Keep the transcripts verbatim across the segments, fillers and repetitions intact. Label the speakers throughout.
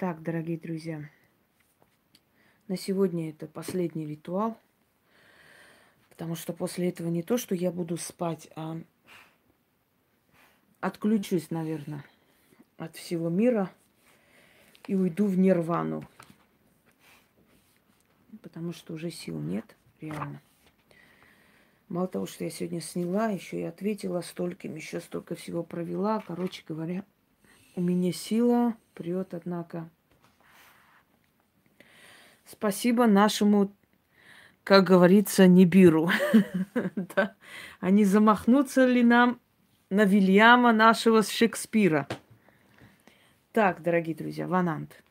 Speaker 1: Так, дорогие друзья, на сегодня это последний ритуал, потому что после этого не то, что я буду спать, а отключусь, наверное, от всего мира и уйду в нирвану, потому что уже сил нет, реально. Мало того, что я сегодня сняла, еще и ответила стольким, еще столько всего провела. Короче говоря, у меня сила прет, однако. Спасибо нашему, как говорится, Нибиру. Да. А не замахнуться ли нам на Вильяма нашего Шекспира? Так, дорогие друзья, Ванант.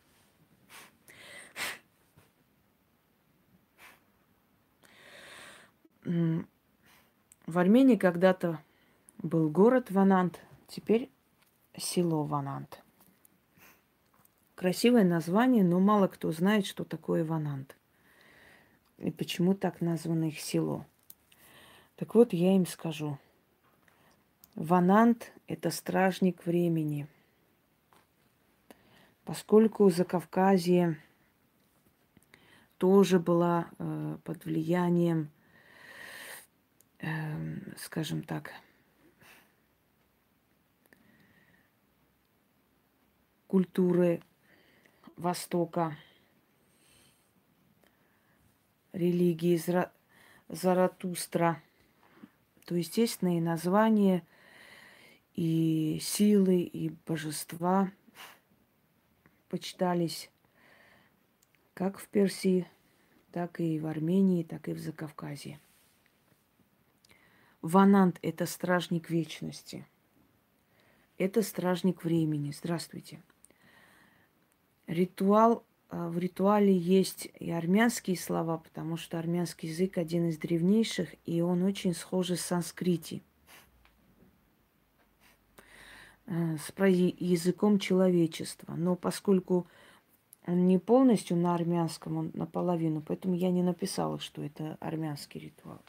Speaker 1: М, В Армении когда-то был город Ванант, теперь село Ванант. Красивое название, но мало кто знает, что такое Ванант. И почему так названо их село. Так вот, я им скажу. Ванант – это стражник времени. Поскольку Закавказье тоже была э, под влиянием, э, скажем так, культуры Востока, религии Зара- Заратустра, то, естественно, и названия, и силы, и божества почитались как в Персии, так и в Армении, так и в Закавказье. Ванант – это стражник вечности. Это стражник времени. Здравствуйте. Ритуал, а, в ритуале есть и армянские слова, потому что армянский язык один из древнейших, и он очень схож с санскрити, э, с праи- языком человечества. Но поскольку он не полностью на армянском, он наполовину, поэтому я не написала, что это армянский ритуал.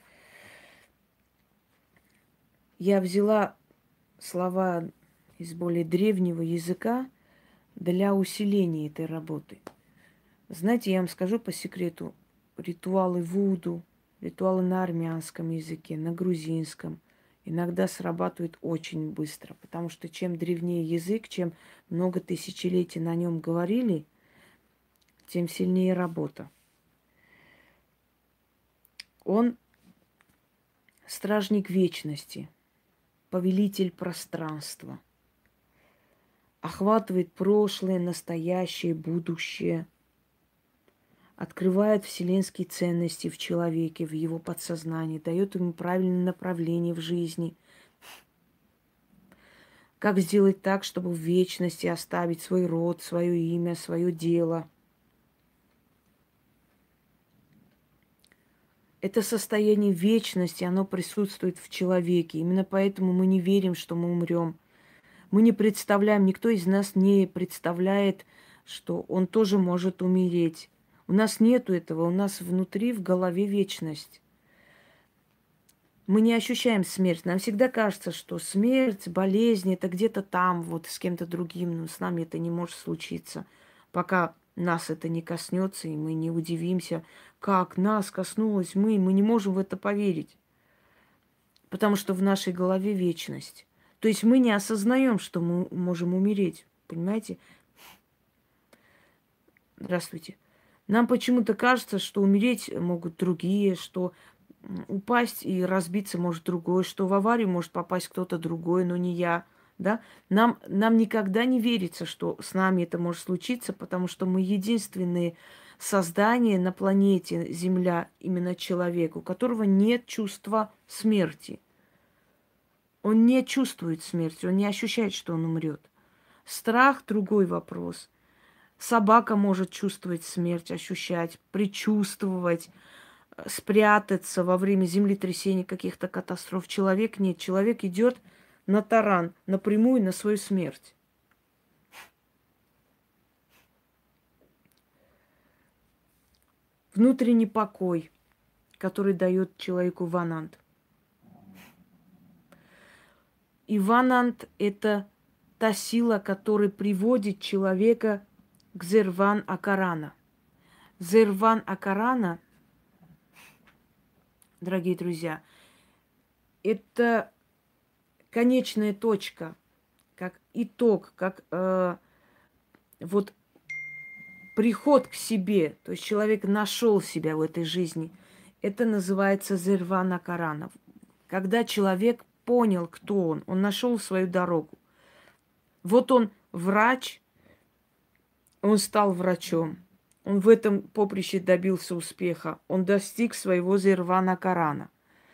Speaker 1: Я взяла слова из более древнего языка для усиления этой работы. Знаете, я вам скажу по секрету, ритуалы вуду, ритуалы на армянском языке, на грузинском иногда срабатывают очень быстро, потому что чем древнее язык, чем много тысячелетий на нем говорили, тем сильнее работа. Он стражник вечности, повелитель пространства, охватывает прошлое, настоящее, будущее, открывает вселенские ценности в человеке, в его подсознании, дает ему правильное направление в жизни. Как сделать так, чтобы в вечности оставить свой род, свое имя, свое дело. Это состояние вечности, оно присутствует в человеке. Именно поэтому мы не верим, что мы умрем. Мы не представляем, никто из нас не представляет, что он тоже может умереть. У нас нету этого, у нас внутри, в голове вечность. Мы не ощущаем смерть. Нам всегда кажется, что смерть, болезнь – это где-то там, вот с кем-то другим. Но с нами это не может случиться, пока нас это не коснется, и мы не удивимся, как нас коснулось мы. Мы не можем в это поверить, потому что в нашей голове вечность. То есть мы не осознаем, что мы можем умереть. Понимаете? Здравствуйте. Нам почему-то кажется, что умереть могут другие, что м, упасть и разбиться может другой, что в аварию может попасть кто-то другой, но не я. Да? Нам, нам никогда не верится, что с нами это может случиться, потому что мы единственные создания на планете Земля, именно человек, у которого нет чувства смерти. Он не чувствует смерти, он не ощущает, что он умрет. Страх – другой вопрос. Собака может чувствовать смерть, ощущать, предчувствовать, э, спрятаться во время землетрясений, каких-то катастроф. Человек нет. Человек идет на таран, напрямую на свою смерть. Внутренний покой, который дает человеку Ванант. И Ванант – это та сила, которая приводит человека Гзерван Акарана. Зерван Акарана, дорогие друзья, это конечная точка, как итог, как э, вот приход к себе. То есть человек нашел себя в этой жизни. Это называется Зерван Акарана. Когда человек понял, кто он, он нашел свою дорогу. Вот он врач, он стал врачом. Он в этом поприще добился успеха. Он достиг своего Зервана Карана.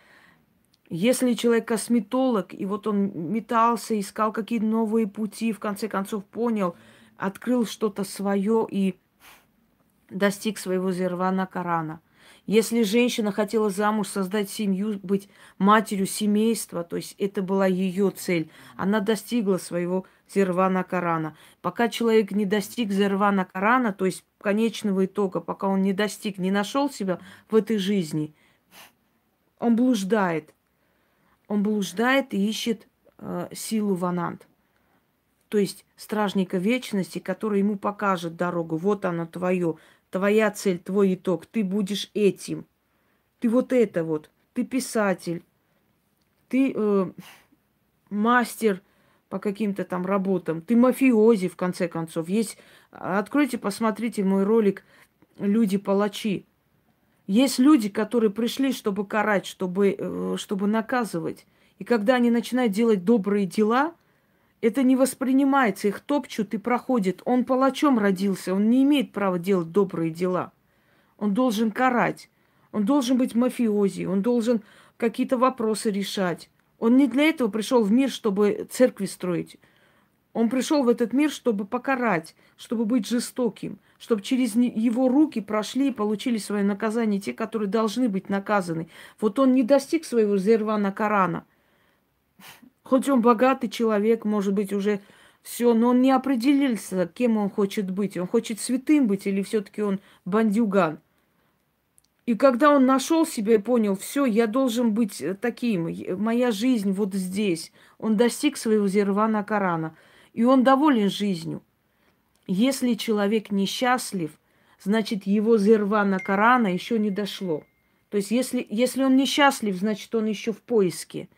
Speaker 1: Если человек косметолог, и вот он метался, искал какие-то новые пути, в конце концов понял, открыл что-то свое и достиг своего Зервана Карана. Если женщина хотела замуж, создать семью, быть матерью семейства, то есть это была ее цель, она достигла своего Зервана Карана. Пока человек не достиг Зервана Карана, то есть конечного итога, пока он не достиг, не нашел себя в этой жизни, он блуждает. Он блуждает и ищет э, силу Ванант. То есть стражника вечности, который ему покажет дорогу. Вот оно твое, твоя цель, твой итог. Ты будешь этим. Ты вот это вот. Ты писатель. Ты э, мастер по каким-то там работам. Ты мафиози, в конце концов. Есть, откройте, посмотрите мой ролик «Люди-палачи». Есть люди, которые пришли, чтобы карать, чтобы, э, чтобы наказывать. И когда они начинают делать добрые дела, это не воспринимается, их топчут и проходит. Он палачом родился, он не имеет права делать добрые дела. Он должен карать, он должен быть мафиози, он должен какие-то вопросы решать. Он не для этого пришел в мир, чтобы церкви строить. Он пришел в этот мир, чтобы покарать, чтобы быть жестоким, чтобы через его руки прошли и получили свое наказание те, которые должны быть наказаны. Вот он не достиг своего Зервана Карана. Хоть он богатый человек, может быть, уже все, но он не определился, кем он хочет быть. Он хочет святым быть или все-таки он бандюган. И когда он нашел себя и понял, все, я должен быть таким, моя жизнь вот здесь, он достиг своего Зервана Карана. И он доволен жизнью. Если человек несчастлив, значит, его Зервана Карана еще не дошло. То есть, если, если он несчастлив, значит, он еще в поиске.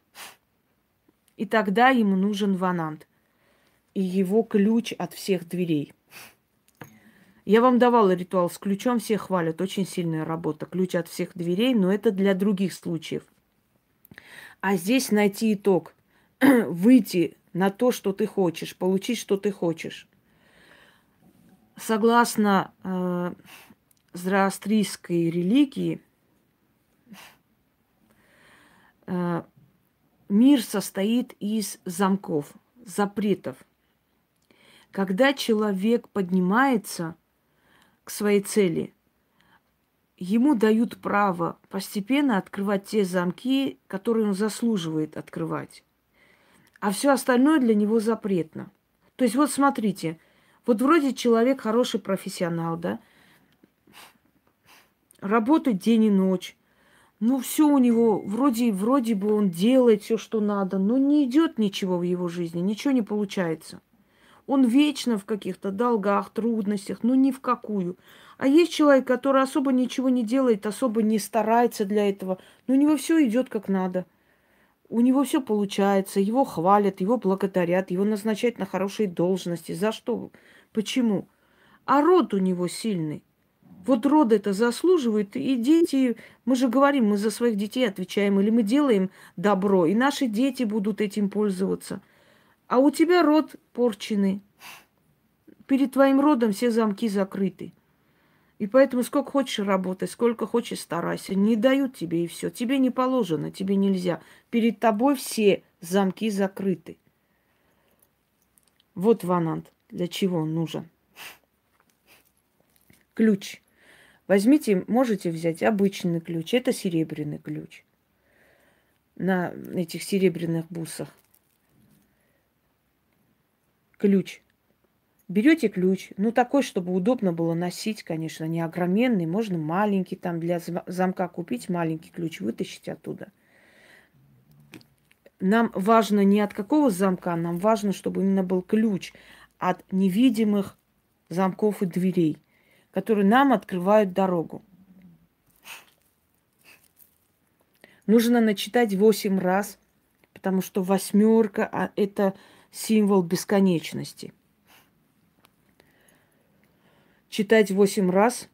Speaker 1: И тогда ему нужен Ванант. И его ключ от всех дверей. Я вам давала ритуал с ключом, все хвалят. Очень сильная работа. Ключ от всех дверей, но это для других случаев. А здесь найти итог. Выйти на то, что ты хочешь, получить, что ты хочешь. Согласно э, зороастрийской религии, э, мир состоит из замков, запретов. Когда человек поднимается к своей цели, ему дают право постепенно открывать те замки, которые он заслуживает открывать. А все остальное для него запретно. То есть вот смотрите, вот вроде человек хороший профессионал, да, работает день и ночь. Ну, все у него, вроде, вроде бы он делает все, что надо, но не идет ничего в его жизни, ничего не получается. Он вечно в каких-то долгах, трудностях, ну ни в какую. А есть человек, который особо ничего не делает, особо не старается для этого, но у него все идет как надо. У него все получается, его хвалят, его благодарят, его назначают на хорошие должности. За что? Почему? А род у него сильный. Вот род это заслуживает, и дети, мы же говорим, мы за своих детей отвечаем, или мы делаем добро, и наши дети будут этим пользоваться. А у тебя род порченный. Перед твоим родом все замки закрыты. И поэтому сколько хочешь работать, сколько хочешь старайся. Не дают тебе и все. Тебе не положено, тебе нельзя. Перед тобой все замки закрыты. Вот Ванант. Для чего он нужен? Ключ. Возьмите, можете взять обычный ключ. Это серебряный ключ. На этих серебряных бусах. Ключ. Берете ключ, ну такой, чтобы удобно было носить, конечно, не огроменный, можно маленький, там для замка купить маленький ключ, вытащить оттуда. Нам важно не от какого замка, нам важно, чтобы именно был ключ от невидимых замков и дверей, которые нам открывают дорогу. Нужно начитать восемь раз, потому что восьмерка а это символ бесконечности. Читать восемь раз,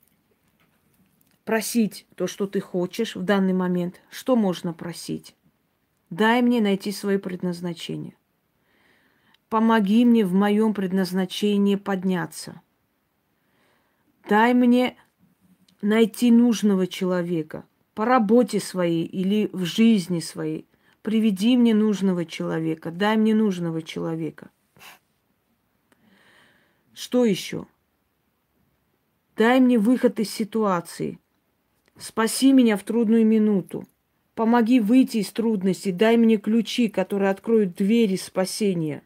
Speaker 1: просить то, что ты хочешь в данный момент. Что можно просить? Дай мне найти свое предназначение. Помоги мне в моем предназначении подняться. Дай мне найти нужного человека по работе своей или в жизни своей. Приведи мне нужного человека, дай мне нужного человека. Что еще? Дай мне выход из ситуации. Спаси меня в трудную минуту. Помоги выйти из трудностей. Дай мне ключи, которые откроют двери спасения.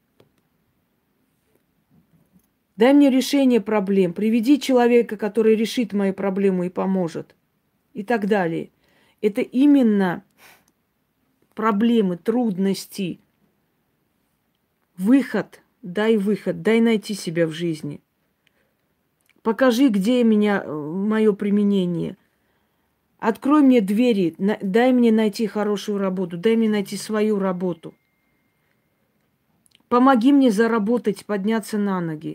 Speaker 1: Дай мне решение проблем. Приведи человека, который решит мою проблему и поможет. И так далее. Это именно проблемы, трудности. Выход. Дай выход. Дай найти себя в жизни. Покажи, где меня, мое применение. Открой мне двери. Дай мне найти хорошую работу. Дай мне найти свою работу. Помоги мне заработать, подняться на ноги.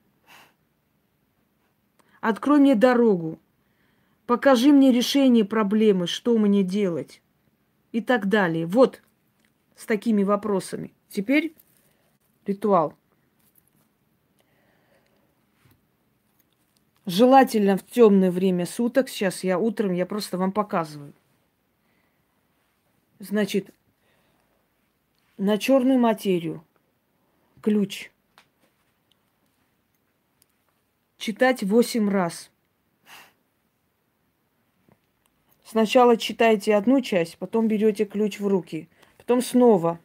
Speaker 1: Открой мне дорогу. Покажи мне решение проблемы, что мне делать. И так далее. Вот с такими вопросами. Теперь ритуал. Желательно в темное время суток. Сейчас я утром, я просто вам показываю. Значит, на черную материю ключ. Читать восемь раз. Сначала читайте одну часть, потом берете ключ в руки. Потом снова.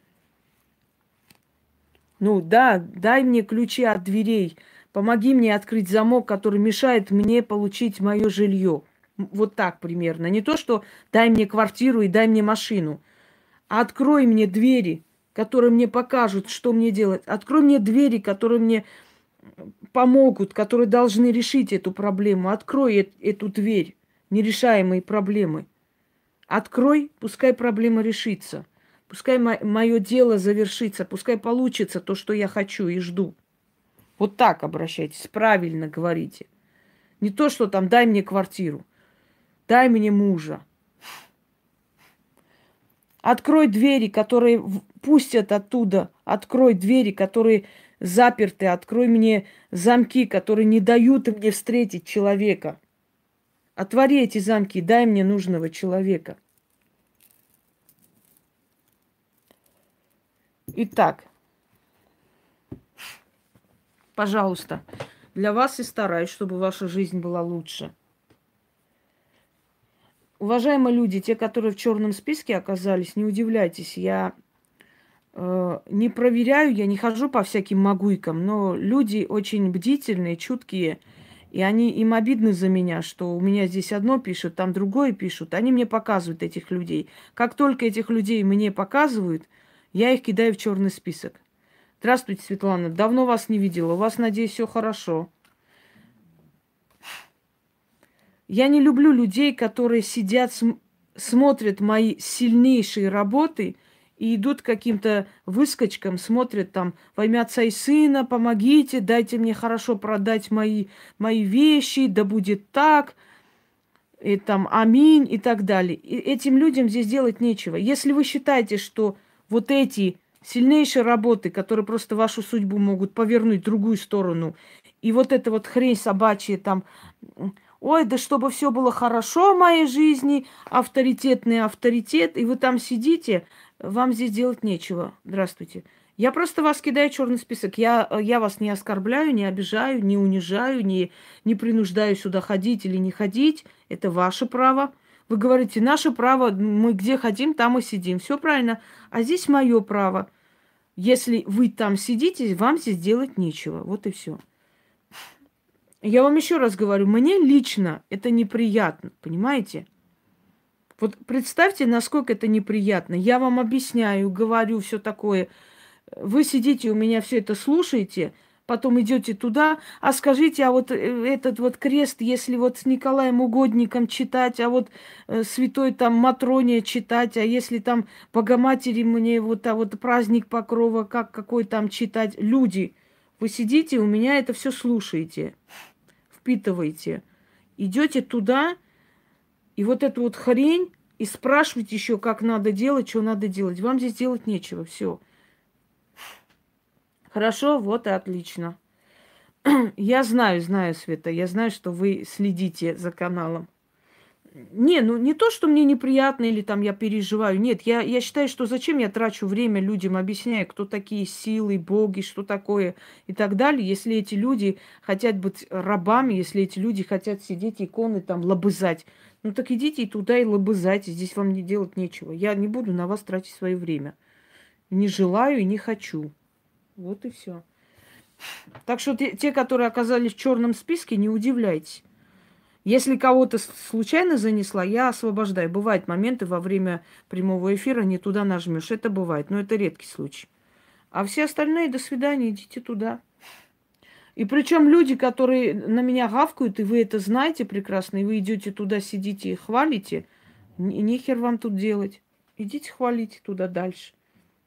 Speaker 1: Ну да, дай мне ключи от дверей. Помоги мне открыть замок, который мешает мне получить мое жилье. Вот так примерно. Не то, что дай мне квартиру и дай мне машину. А открой мне двери, которые мне покажут, что мне делать. Открой мне двери, которые мне помогут, которые должны решить эту проблему. Открой э- эту дверь, нерешаемые проблемы. Открой, пускай проблема решится. Пускай мо- мое дело завершится. Пускай получится то, что я хочу и жду. Вот так обращайтесь, правильно говорите. Не то, что там дай мне квартиру, дай мне мужа. Открой двери, которые пустят оттуда. Открой двери, которые заперты. Открой мне замки, которые не дают мне встретить человека. Отвори эти замки, дай мне нужного человека. Итак, пожалуйста, для вас и стараюсь, чтобы ваша жизнь была лучше. Уважаемые люди, те, которые в черном списке оказались, не удивляйтесь, я э, не проверяю, я не хожу по всяким могуйкам, но люди очень бдительные, чуткие, и они, им обидно за меня, что у меня здесь одно пишут, там другое пишут. Они мне показывают этих людей. Как только этих людей мне показывают, я их кидаю в черный список. Здравствуйте, Светлана, давно вас не видела, у вас, надеюсь, все хорошо. Я не люблю людей, которые сидят, см- смотрят мои сильнейшие работы и идут к каким-то выскочкам, смотрят там во имя Отца и Сына, помогите, дайте мне хорошо продать мои, мои вещи, да будет так, и там аминь и так далее. И этим людям здесь делать нечего. Если вы считаете, что вот эти сильнейшие работы, которые просто вашу судьбу могут повернуть в другую сторону, и вот эта вот хрень собачья там... Ой, да чтобы все было хорошо в моей жизни, авторитетный авторитет, и вы там сидите, вам здесь делать нечего. Здравствуйте. Я просто вас кидаю в черный список. Я, я вас не оскорбляю, не обижаю, не унижаю, не, не принуждаю сюда ходить или не ходить. Это ваше право. Вы говорите, наше право, мы где хотим, там и сидим. Все правильно. А здесь мое право. Если вы там сидите, вам здесь делать нечего. Вот и все. Я вам еще раз говорю, мне лично это неприятно, понимаете? Вот представьте, насколько это неприятно. Я вам объясняю, говорю все такое. Вы сидите у меня все это слушаете, потом идете туда, а скажите, а вот э, этот вот крест, если вот с Николаем Угодником читать, а вот э, святой там Матроне читать, а если там Богоматери мне вот, а вот праздник Покрова, как какой там читать, люди, вы сидите, у меня это все слушаете, впитываете, идете туда, и вот эту вот хрень, и спрашиваете еще, как надо делать, что надо делать. Вам здесь делать нечего, все. Хорошо, вот и отлично. Я знаю, знаю, Света, я знаю, что вы следите за каналом. Не, ну не то, что мне неприятно или там я переживаю. Нет, я, я считаю, что зачем я трачу время людям, объясняя, кто такие силы, боги, что такое и так далее, если эти люди хотят быть рабами, если эти люди хотят сидеть иконы там лобызать. Ну так идите и туда и лобызайте, здесь вам не делать нечего. Я не буду на вас тратить свое время. Не желаю и не хочу. Вот и все. Так что те, те, которые оказались в черном списке, не удивляйтесь. Если кого-то случайно занесла, я освобождаю. Бывают моменты во время прямого эфира, не туда нажмешь. Это бывает, но это редкий случай. А все остальные, до свидания, идите туда. И причем люди, которые на меня гавкают, и вы это знаете прекрасно, и вы идете туда, сидите и хвалите, нехер вам тут делать. Идите хвалите туда дальше.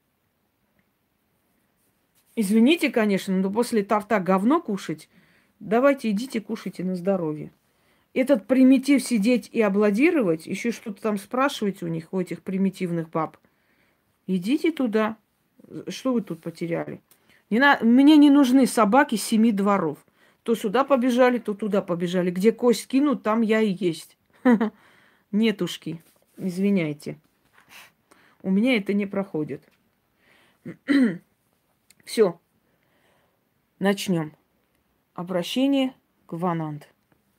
Speaker 1: Извините, конечно, но после торта говно кушать, давайте идите кушайте на здоровье. Этот примитив сидеть и аплодировать, еще что-то там спрашивать у них, у этих примитивных баб. Идите туда. Что вы тут потеряли? Не на... Мне не нужны собаки семи дворов. То сюда побежали, то туда побежали. Где кость кинут, там я и есть. Нетушки, извиняйте. У меня это не проходит. Все. Начнем. Обращение к Ванант.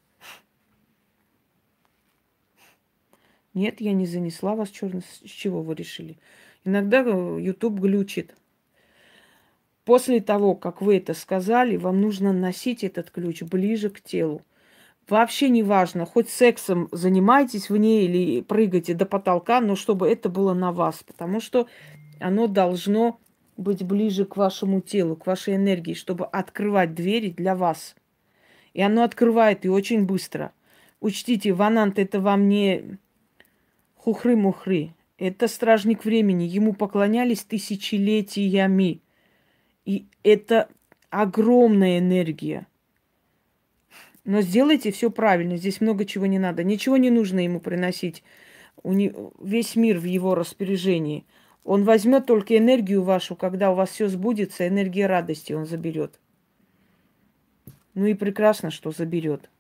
Speaker 1: Нет, я не занесла вас черно. С чего вы решили? Иногда YouTube глючит. После того, как вы это сказали, вам нужно носить этот ключ ближе к телу. Вообще не важно, хоть сексом занимаетесь в ней или прыгаете до потолка, но чтобы это было на вас, потому что оно должно быть ближе к вашему телу, к вашей энергии, чтобы открывать двери для вас. И оно открывает и очень быстро. Учтите, Ванант это вам не хухры-мухры. Это стражник времени. Ему поклонялись тысячелетиями. И это огромная энергия. Но сделайте все правильно. Здесь много чего не надо. Ничего не нужно ему приносить. У не... Весь мир в его распоряжении. Он возьмет только энергию вашу, когда у вас все сбудется, энергия радости он заберет. Ну и прекрасно, что заберет.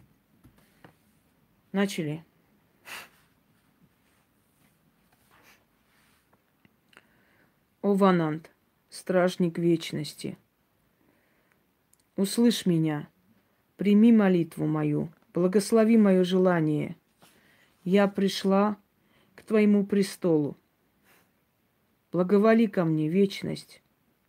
Speaker 1: Начали. О, Ванант, стражник вечности, услышь меня, прими молитву мою, благослови мое желание. Я пришла к твоему престолу. Благоволи ко мне, вечность.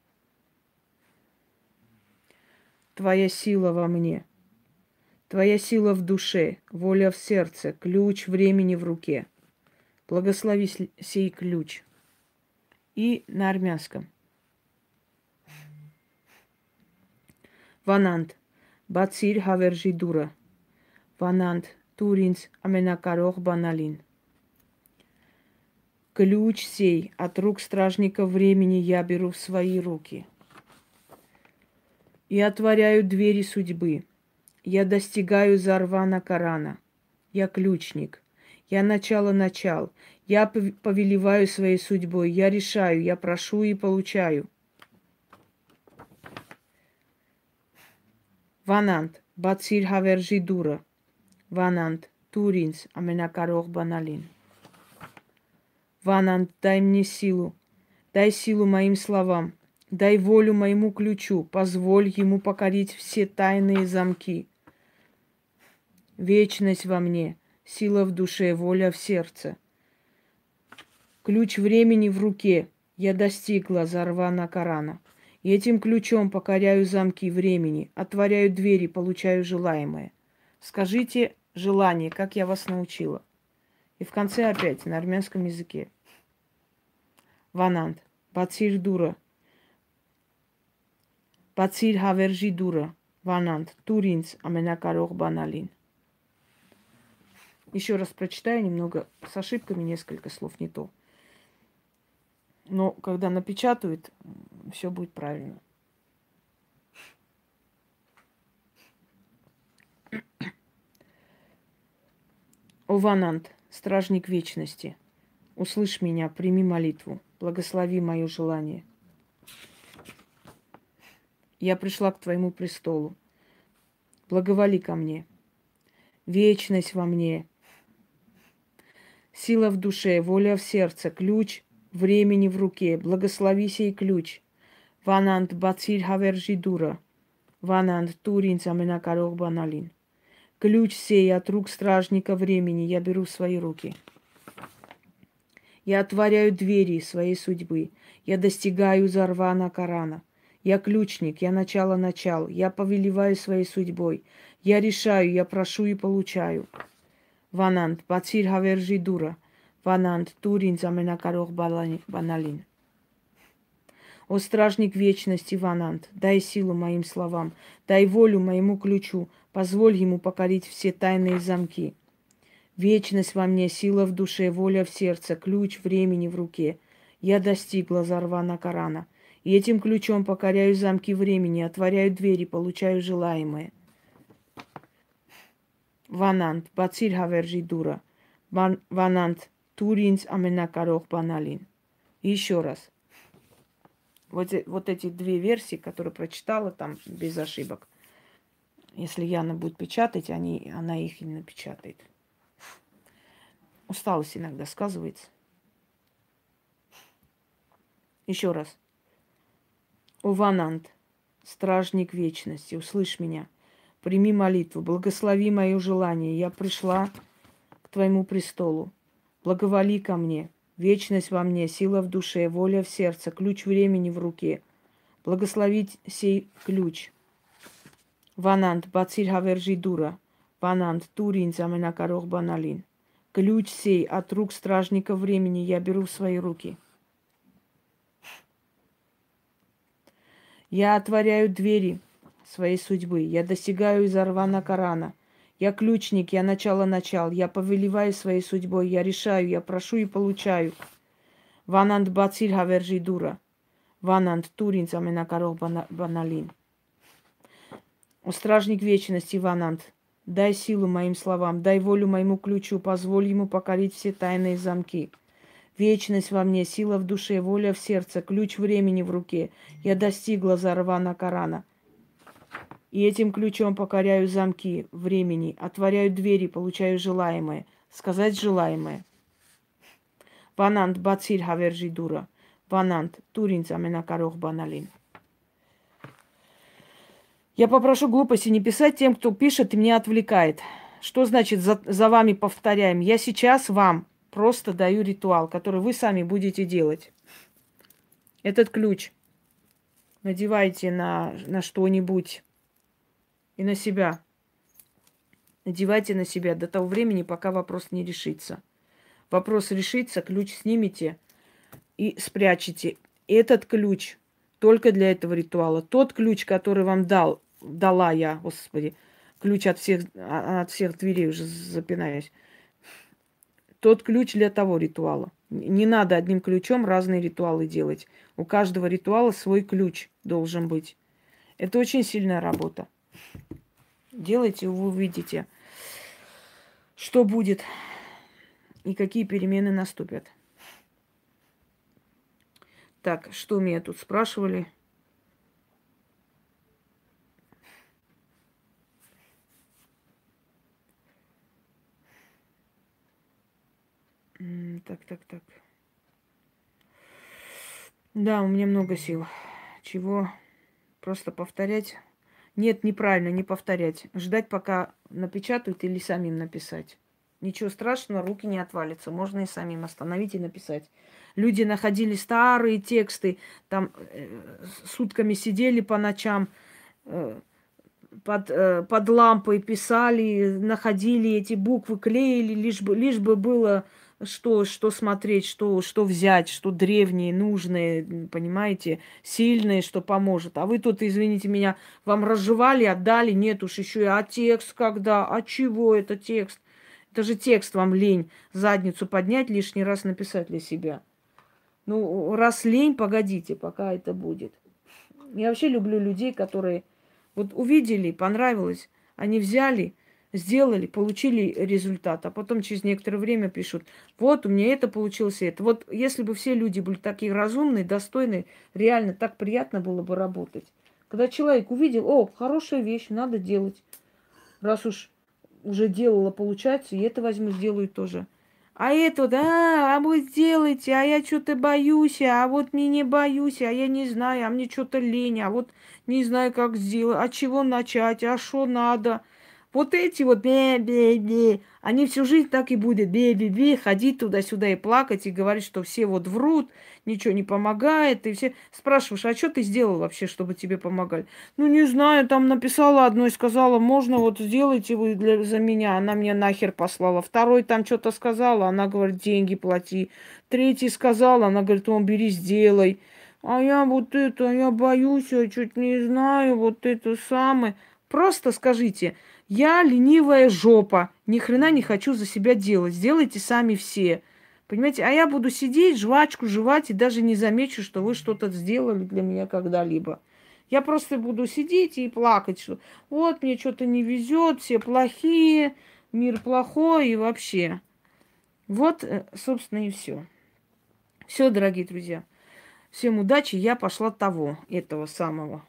Speaker 1: Твоя сила во мне, твоя сила в душе, воля в сердце, ключ времени в руке. Благослови сей ключ. И на армянском. Վանանդ, բացիր հավերժի դուրը, Վանանդ, տուր ինձ ամենակարող բանալին. Ключ сей от рук стражника времени я беру в свои руки. И отворяю двери судьбы. Я достигаю Зарвана Карана. Я ключник. Я начало-начал. Я повелеваю своей судьбой. Я решаю, я прошу и получаю. Վանանդ, բացիր հավերժի դուրը, Վանանդ, տուր ինձ ամենակարող բանալին. Ванант, дай мне силу, дай силу моим словам, дай волю моему ключу, позволь ему покорить все тайные замки. Вечность во мне, сила в душе, воля в сердце. Ключ времени в руке, я достигла Зарвана Карана. И этим ключом покоряю замки времени, отворяю двери, получаю желаемое. Скажите желание, как я вас научила. И в конце опять на армянском языке. Ванант, бацир дура, Բացիր հավերժի դուրը, Վանանդ, տուր ինձ ամենակարող բանալին. Еще раз прочитаю немного с ошибками, несколько слов не то. Но когда напечатают, все будет правильно. О Ванант, стражник вечности, услышь меня, прими молитву, благослови мое желание. Я пришла к твоему престолу. Благоволи ко мне. Вечность во мне. Сила в душе, воля в сердце, ключ времени в руке. Благослови сей ключ. Ванант бацир хавержи дура. Ванант турин заменакарох баналин. Ключ сей от рук стражника времени я беру в свои руки. Я отворяю двери своей судьбы. Я достигаю Зарвана Карана. Я ключник, я начало-начал, я повелеваю своей судьбой. Я решаю, я прошу и получаю. Ванант, бацир хавержи дура. Ванант, турин заменакарох баналин. О стражник вечности, Ванант, дай силу моим словам, дай волю моему ключу, позволь ему покорить все тайные замки. Вечность во мне, сила в душе, воля в сердце, ключ времени в руке. Я достигла Зарвана Карана. И этим ключом покоряю замки времени, отворяю двери, получаю желаемое. Ванант, бацир хавержи дура. Ванант, туринц аменакарох баналин. И еще раз. Вот, вот эти две версии, которые прочитала, там без ошибок. Если Яна будет печатать, они, она их и напечатает. Усталость иногда сказывается. Еще раз. О Ванант, стражник вечности, услышь меня, прими молитву, благослови мое желание. Я пришла к твоему престолу. Благоволи ко мне. Вечность во мне, сила в душе, воля в сердце, ключ времени в руке. Благословить сей ключ. Ванант, бацир хавержи дура. Ванант, турин заменакарох баналин. Ключ сей от рук стражника времени я беру в свои руки. Я отворяю двери своей судьбы. Я достигаю из Зарвана Карана. Я ключник, я начало-начал. Я повелеваю своей судьбой. Я решаю, я прошу и получаю. Ванант бацир хавержи дура. Ванант турин заменакарох баналин. О стражник вечности, Ванант, дай силу моим словам, дай волю моему ключу, позволь ему покорить все тайные замки. Вечность во мне, сила в душе, воля в сердце, ключ времени в руке. Я достигла Зарвана Карана. И этим ключом покоряю замки времени, отворяю двери, получаю желаемое. Сказать желаемое. Ванант бацир хавержи дура. Ванант турин заменакарох баналин. Я попрошу глупости не писать тем, кто пишет и меня отвлекает. Что значит за, за вами повторяем? Я сейчас вам просто даю ритуал, который вы сами будете делать. Этот ключ надевайте на, на что-нибудь и на себя. Надевайте на себя до того времени, пока вопрос не решится. Вопрос решится, ключ снимете и спрячете. Этот ключ только для этого ритуала. Тот ключ, который вам дал, дала я, Господи, ключ от всех, от всех дверей, уже запинаюсь. Тот ключ для того ритуала. Не надо одним ключом разные ритуалы делать. У каждого ритуала свой ключ должен быть. Это очень сильная работа. Делайте, вы увидите, что будет и какие перемены наступят. Так, что меня тут спрашивали? Так, так, так. Да, у меня много сил. Чего? Просто повторять? Нет, неправильно, не повторять. Ждать, пока напечатают или самим написать. Ничего страшного, руки не отвалятся. Можно и самим остановить и написать. Люди находили старые тексты, там э, сутками сидели по ночам, э, под, э, под лампой писали, находили эти буквы, клеили, лишь бы, лишь бы было что, что смотреть, что, что взять, что древние, нужные, понимаете, сильные, что поможет. А вы тут, извините меня, вам разжевали, отдали, нет уж еще и, а текст когда? А чего это текст? Это же текст вам лень задницу поднять, лишний раз написать для себя. Ну, раз лень, погодите, пока это будет. Я вообще люблю людей, которые вот увидели, понравилось, они взяли, сделали, получили результат, а потом через некоторое время пишут, вот у меня это получилось, и это. Вот если бы все люди были такие разумные, достойные, реально так приятно было бы работать. Когда человек увидел, о, хорошая вещь, надо делать. Раз уж уже делала, получается, и это возьму, сделаю тоже. А это, да, а вы сделайте, а я что-то боюсь, а вот мне не боюсь, а я не знаю, а мне что-то лень, а вот не знаю, как сделать, а чего начать, а что надо. Вот эти вот бе-бе-бе, они всю жизнь так и будут бе-бе-бе, ходить туда-сюда и плакать, и говорить, что все вот врут, ничего не помогает, и все спрашиваешь, а что ты сделал вообще, чтобы тебе помогали? Ну, не знаю, там написала одной, сказала, можно вот сделайте вы для, за меня, она мне нахер послала. Второй там что-то сказала, она говорит, деньги плати. Третий сказал, она говорит, он бери, сделай. А я вот это, я боюсь, я чуть не знаю, вот это самое. Просто скажите, я ленивая жопа, ни хрена не хочу за себя делать, сделайте сами все. Понимаете, а я буду сидеть, жвачку жевать и даже не замечу, что вы что-то сделали для меня когда-либо. Я просто буду сидеть и плакать, что вот мне что-то не везет, все плохие, мир плохой и вообще. Вот, э, собственно, и все. Все, дорогие друзья. Всем удачи, я пошла того, этого самого.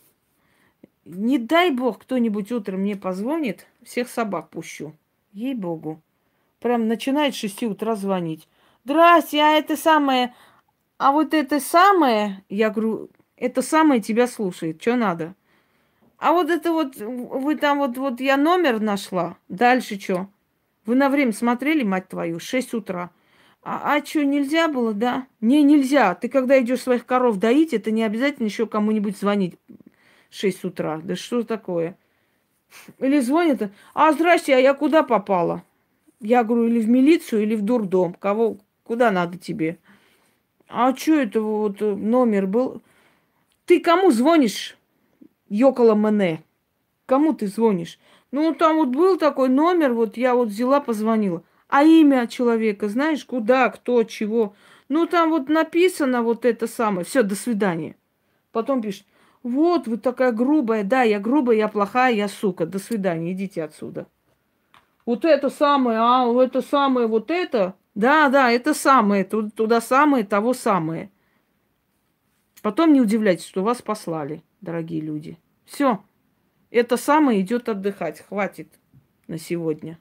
Speaker 1: Не дай бог, кто-нибудь утром мне позвонит, всех собак пущу. Ей-богу. Прям начинает с шести утра звонить. Здрасте, а это самое... А вот это самое... Я говорю, это самое тебя слушает. Что надо? А вот это вот... Вы там вот... Вот я номер нашла. Дальше что? Вы на время смотрели, мать твою? Шесть утра. А, а что, нельзя было, да? Не, нельзя. Ты когда идешь своих коров доить, это не обязательно еще кому-нибудь звонить в шесть утра. Да что такое? Или звонят, а здрасте, а я куда попала? Я говорю, или в милицию, или в дурдом. Кого, куда надо тебе? А что это вот номер был? Ты кому звонишь, ёкала мене? Кому ты звонишь? Ну, там вот был такой номер, вот я вот взяла, позвонила. А имя человека, знаешь, куда, кто, чего? Ну, там вот написано вот это самое. Все, до свидания. Потом пишет, вот, вы такая грубая. Да, я грубая, я плохая, я сука. До свидания, идите отсюда. Вот это самое, а, это самое, вот это. Да, да, это самое, туда самое, того самое. Потом не удивляйтесь, что вас послали, дорогие люди. Все, это самое идет отдыхать. Хватит на сегодня.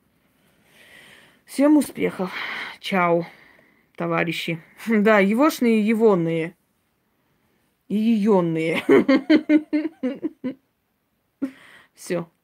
Speaker 1: Всем успехов. Чао, товарищи. Да, егошные, егонные. И еённые. Все.